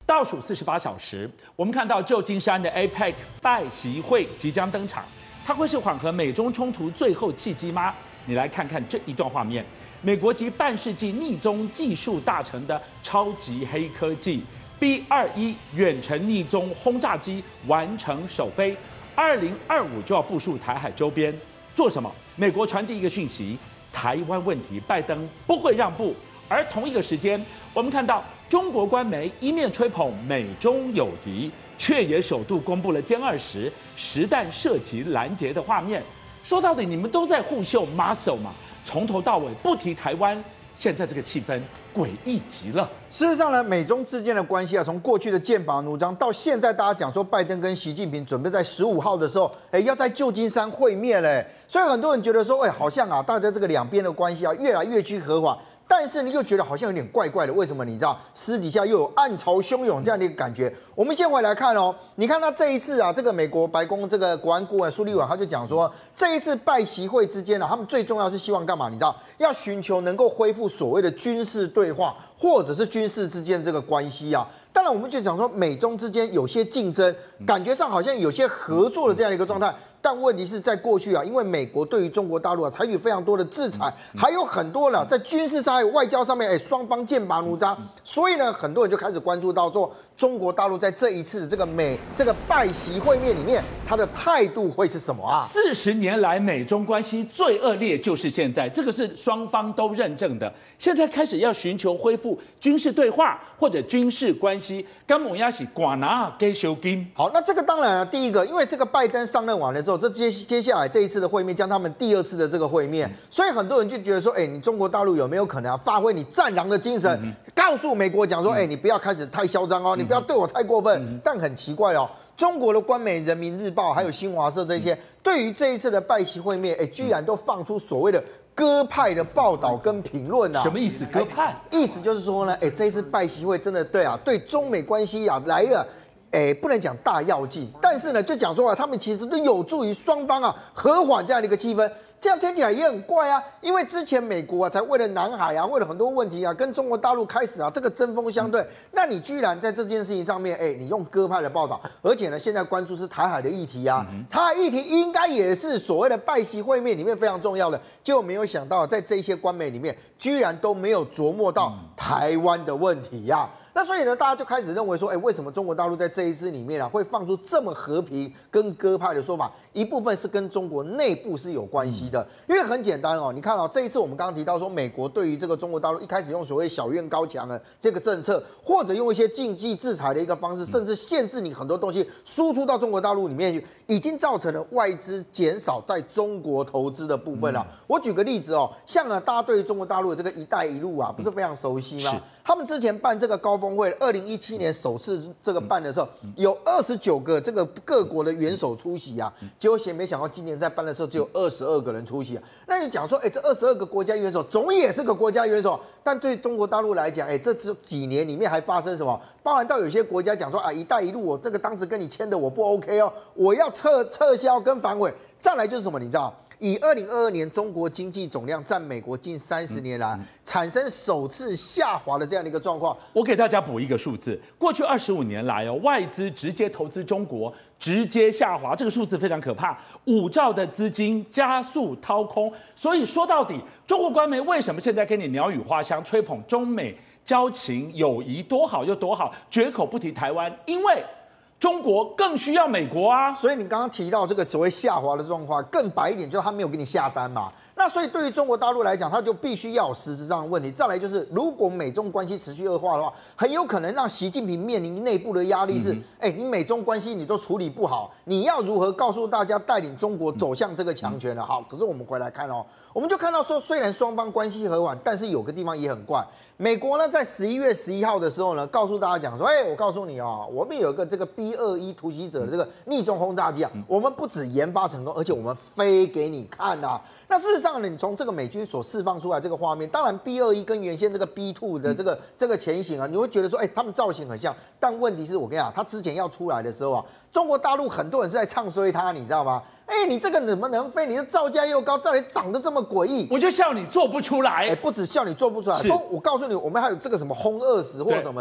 倒数48小时，我们看到旧金山的 APEC 拜习会即将登场，它会是缓和美中冲突最后契机吗？你来看看这一段画面：美国集半世纪逆中技术大成的超级黑科技 B-21远程逆中轰炸机完成首飞，2025就要部署台海周边，做什么？美国传递一个讯息：台湾问题，拜登不会让步。而同一个时间，我们看到中国官媒一面吹捧美中友谊，却也首度公布了歼20实弹射击拦截的画面。说到底，你们都在互秀 muscle 嘛，从头到尾不提台湾，现在这个气氛诡异极了。 事实上呢，美中之间的关系啊，从过去的剑拔弩张，到现在大家讲说拜登跟习近平准备在15号的时候，要在旧金山会面嘞。所以很多人觉得说，好像啊，大家这个两边的关系啊，越来越趋和缓。但是呢，又觉得好像有点怪怪的，为什么？你知道，私底下又有暗潮汹涌这样的一个感觉。我们先回来看哦，你看他这一次啊，这个美国白宫这个国安顾问苏利文他就讲说，这一次拜习会之间呢，他们最重要是希望干嘛？你知道，要寻求能够恢复所谓的军事对话，或者是军事之间这个关系啊。当然，我们就讲说美中之间有些竞争，感觉上好像有些合作的这样的一个状态。但问题是在过去啊，因为美国对于中国大陆啊采取非常多的制裁，还有很多了在军事上还有外交上面，双方剑拔弩张，所以呢，很多人就开始关注到说，中国大陆在这一次的这个拜习会面里面，他的态度会是什么啊 ？40年来美中关系最恶劣就是现在，这个是双方都认证的。现在开始要寻求恢复军事对话或者军事关系，跟我们要是管拿给修金。 好，那这个当然啊，第一个，因为这个拜登上任完了之后，这接下来这一次的会面将他们第2次的这个会面，所以很多人就觉得说，你中国大陆有没有可能发挥你战狼的精神，告诉美国讲说，你不要开始太嚣张哦，你不要对我太过分。但很奇怪哦，中国的官媒《人民日报》还有新华社这些，对于这一次的拜习会面，居然都放出所谓的鸽派的报道跟评论啊。 什么意思？鸽派？ 意思就是说呢，这一次拜习会真的对中美关系啊来了。不能讲大跃进，但是呢，就讲说啊，他们其实都有助于双方啊和缓这样的一个气氛。这样听起来也很怪啊，因为之前美国啊才为了南海啊，为了很多问题啊，跟中国大陆开始啊这个针锋相对。那你居然在这件事情上面，你用鸽派的报道，而且呢，现在关注是台海的议题啊，台海议题应该也是所谓的拜习会面里面非常重要的。结果没有想到，在这些官媒里面，居然都没有琢磨到台湾的问题呀。那所以呢，大家就开始认为说，为什么中国大陆在这一次里面啊，会放出这么和平跟鸽派的说法？一部分是跟中国内部是有关系的，因为很简单哦，你看哦，这一次我们刚刚提到说，美国对于这个中国大陆一开始用所谓小院高墙的这个政策，或者用一些经济制裁的一个方式，甚至限制你很多东西输出到中国大陆里面去，已经造成了外资减少在中国投资的部分了。我举个例子哦，像大家对于中国大陆的这个“一带一路”啊，不是非常熟悉吗？他们之前办这个高峰会，2017年首次这个办的时候，有29个这个各国的元首出席啊，结果没想到今年在办的时候只有22个人出席啊。那就讲说，这22个国家元首总也是个国家元首，但对中国大陆来讲，这几年里面还发生什么？包含到有些国家讲说啊，“一带一路”我这个当时跟你签的我不 OK 哦，我要撤销跟反悔。再来就是什么，你知道？以2022年中国经济总量占美国近30年来产生首次下滑的这样的一个状况。 我给大家补一个数字，过去25年来外资直接投资中国直接下滑，这个数字非常可怕，5兆的资金加速掏空。所以说到底，中国官媒为什么现在跟你鸟语花香，吹捧中美交情友谊多好又多好，绝口不提台湾？因为中国更需要美国啊， 所以你刚刚提到这个所谓下滑的状况，更白一点就是他没有给你下单嘛。那所以对于中国大陆来讲，它就必须要有实质上的问题。再来就是，如果美中关系持续恶化的话，很有可能让习近平面临内部的压力是，你美中关系你都处理不好，你要如何告诉大家带领中国走向这个强权呢？好，可是我们回来看哦，我们就看到说，虽然双方关系和缓，但是有个地方也很怪。美国呢，在11月11号的时候呢，告诉大家讲说，我告诉你哦，我们有一个这个 B-21突袭者的这个逆中轰炸机啊，我们不止研发成功，而且我们飞给你看啊。那事实上呢，你从这个美军所释放出来这个画面，当然 B-21跟原先这个 B-2的这个前型啊，你会觉得说，他们造型很像，但问题是我跟你讲，它之前要出来的时候啊，中国大陆很多人是在唱衰它，你知道吗？你这个怎么能飞？你的造价又高，再来长得这么诡异， 我就笑你做不出来。 不止笑你做不出来，说我告诉你，我们还有这个什么轰20或什么的，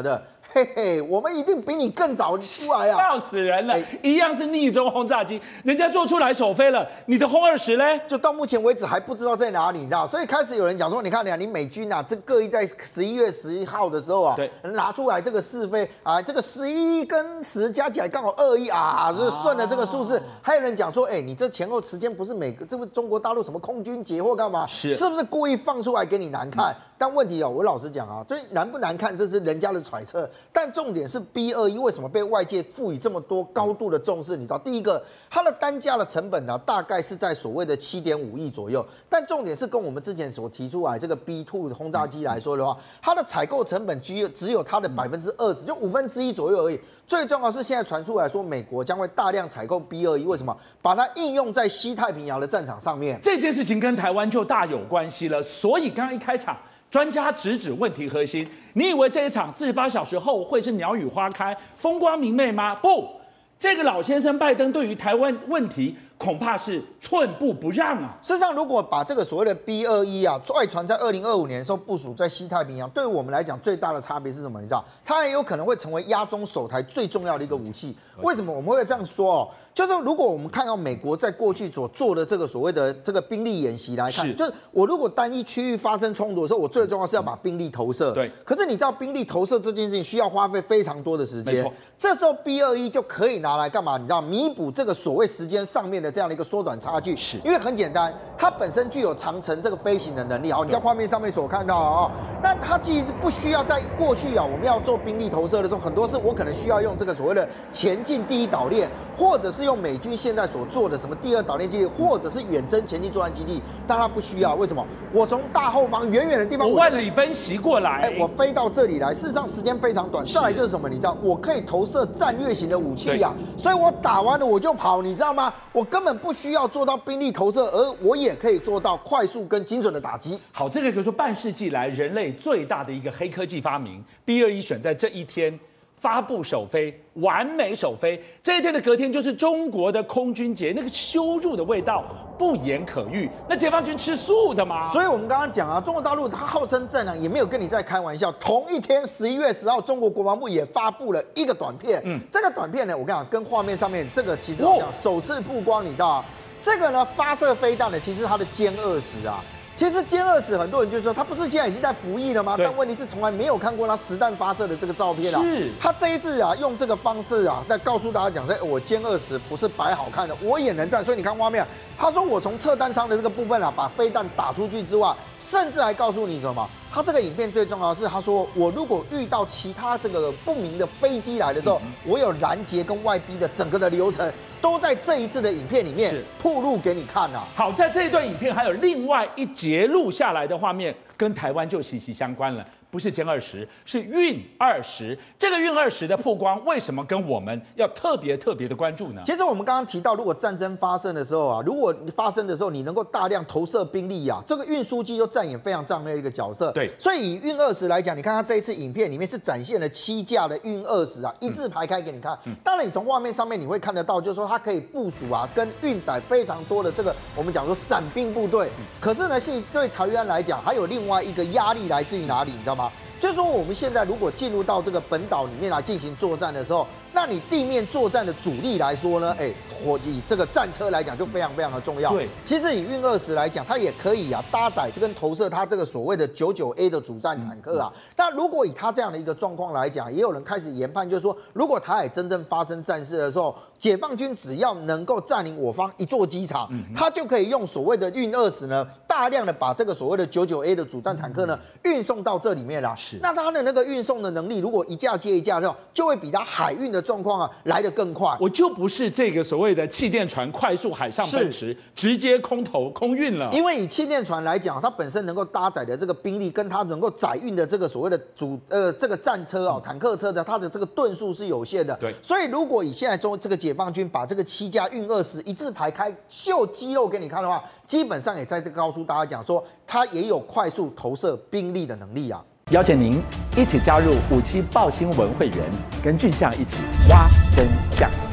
嘿嘿，我们一定比你更早出来啊！ 笑死人了，一样是逆中轰炸机，人家做出来首飞了，你的轰20嘞？ 就到目前为止还不知道在哪里，你知道？所以开始有人讲说，你看你美军啊，这各一在11月11号的时候啊， 对， 拿出来这个试飞啊，这个11跟10加起来刚好21啊，就是顺了这个数字。还有人讲说，你这前后时间不是这不中国大陆什么空军节或干嘛？是不是故意放出来给你难看？但问题我老实讲啊，所以难不难看这是人家的揣测，但重点是 B21为什么被外界赋予这么多高度的重视？你知道，第一个，它的单价的成本呢，大概是在所谓的7.5亿左右，但重点是跟我们之前所提出来这个 B2 轰炸机来说的话，它的采购成本只有它的20%，就1/5左右而已。最重要是现在传出来说，美国将会大量采购 B21，为什么？把它应用在西太平洋的战场上面。 这件事情跟台湾就大有关系了，所以刚刚一开场，专家直指问题核心。你以为这一场48小时后会是鸟语花开、风光明媚吗？不，这个老先生拜登对于台湾问题恐怕是寸步不让啊！ 事实上，如果把这个所谓的 B21啊外传在2025年的时候部署在西太平洋，对于我们来讲最大的差别是什么？你知道，它很有可能会成为压中守台最重要的一个武器。为什么我们会这样说哦？就是如果我们看到美国在过去所做的这个所谓的这个兵力演习来看，就是我如果单一区域发生冲突的时候，我最重要是要把兵力投射。 对。 可是你知道兵力投射这件事情需要花费非常多的时间。没错。这时候 B21就可以拿来干嘛？你知道，弥补这个所谓时间上面的这样的一个缩短差距。是。因为很简单，它本身具有长程这个飞行的能力。好，你在画面上面所看到啊，那它其实不需要在过去啊，我们要做兵力投射的时候，很多是我可能需要用这个所谓的前进第一岛链，或者是用美军现在所做的什么第2岛链基地，或者是远征前进作战基地，但它不需要。为什么？我从大后方远远的地方， 我万里奔袭过来， 我飞到这里来，事实上时间非常短。再来就是什么？你知道，我可以投射战略型的武器呀，所以我打完了我就跑，你知道吗？我根本不需要做到兵力投射，而我也可以做到快速跟精准的打击。 好，这个可以说半世纪来人类最大的一个黑科技发明 ，B21选在这一天发布首飞，完美首飞。这一天的隔天就是中国的空军节，那个羞辱的味道不言可喻。那解放军吃素的吗？ 所以我们刚刚讲啊，中国大陆它号称战狼，也没有跟你在开玩笑。同一天11月10号，中国国防部也发布了一个短片。这个短片呢，我跟你讲，跟画面上面这个其实我讲首次曝光，你知道啊，这个呢发射飞弹的其实它的歼20啊。其实歼20很多人就说，他不是现在已经在服役了吗？但问题是从来没有看过他实弹发射的这个照片啊。是，他这一次啊用这个方式啊，在告诉大家讲，我歼20不是摆好看的，我也能战。所以你看画面，他说我从侧单舱的这个部分啊，把飞弹打出去之外，甚至还告诉你什么？他这个影片最重要的是，他说我如果遇到其他这个不明的飞机来的时候，我有拦截跟外逼的整个的流程，都在这一次的影片里面曝露给你看啊。 好，在这一段影片还有另外一截录下来的画面，跟台湾就息息相关了。不是歼20，是运20。这个运20的曝光，为什么跟我们要特别的关注呢？ 其实我们刚刚提到，如果战争发生的时候啊，如果发生的时候你能够大量投射兵力啊，这个运输机就扮演非常重要的一个角色。对，所以以运20来讲，你看它这一次影片里面是展现了7架的运20啊，一字排开给你看。当然，你从画面上面你会看得到，就是说它可以部署啊，跟运载非常多的这个我们讲说伞兵部队。可是呢，对台湾来讲，还有另外一个压力来自于哪里？你知道吗？就是说，我们现在如果进入到这个本岛里面来进行作战的时候，那你地面作战的主力来说呢，以这个战车来讲就非常的重要。对，其实以运20来讲，它也可以啊搭载跟投射它这个所谓的99A 的主战坦克啊。那如果以它这样的一个状况来讲，也有人开始研判，就是说，如果台海真正发生战事的时候，解放军只要能够占领我方一座机场，它就可以用所谓的运20呢，大量的把这个所谓的99A 的主战坦克呢运送到这里面啦。那它的那个运送的能力，如果一架接一架的话，就会比它海运的状况啊来得更快。 我就不是这个所谓的气垫船快速海上奔驰，直接空运了。 因为以气垫船来讲，它本身能够搭载的这个兵力，跟它能够载运的这个所谓的这个战车啊、坦克车的，它的这个吨数是有限的。对，所以如果以现在这个解放军把这个7架运20一字排开秀肌肉给你看的话，基本上也在这告诉大家讲说，它也有快速投射兵力的能力啊。 邀请您一起加入57爆新闻会员，跟俊相一起挖真相。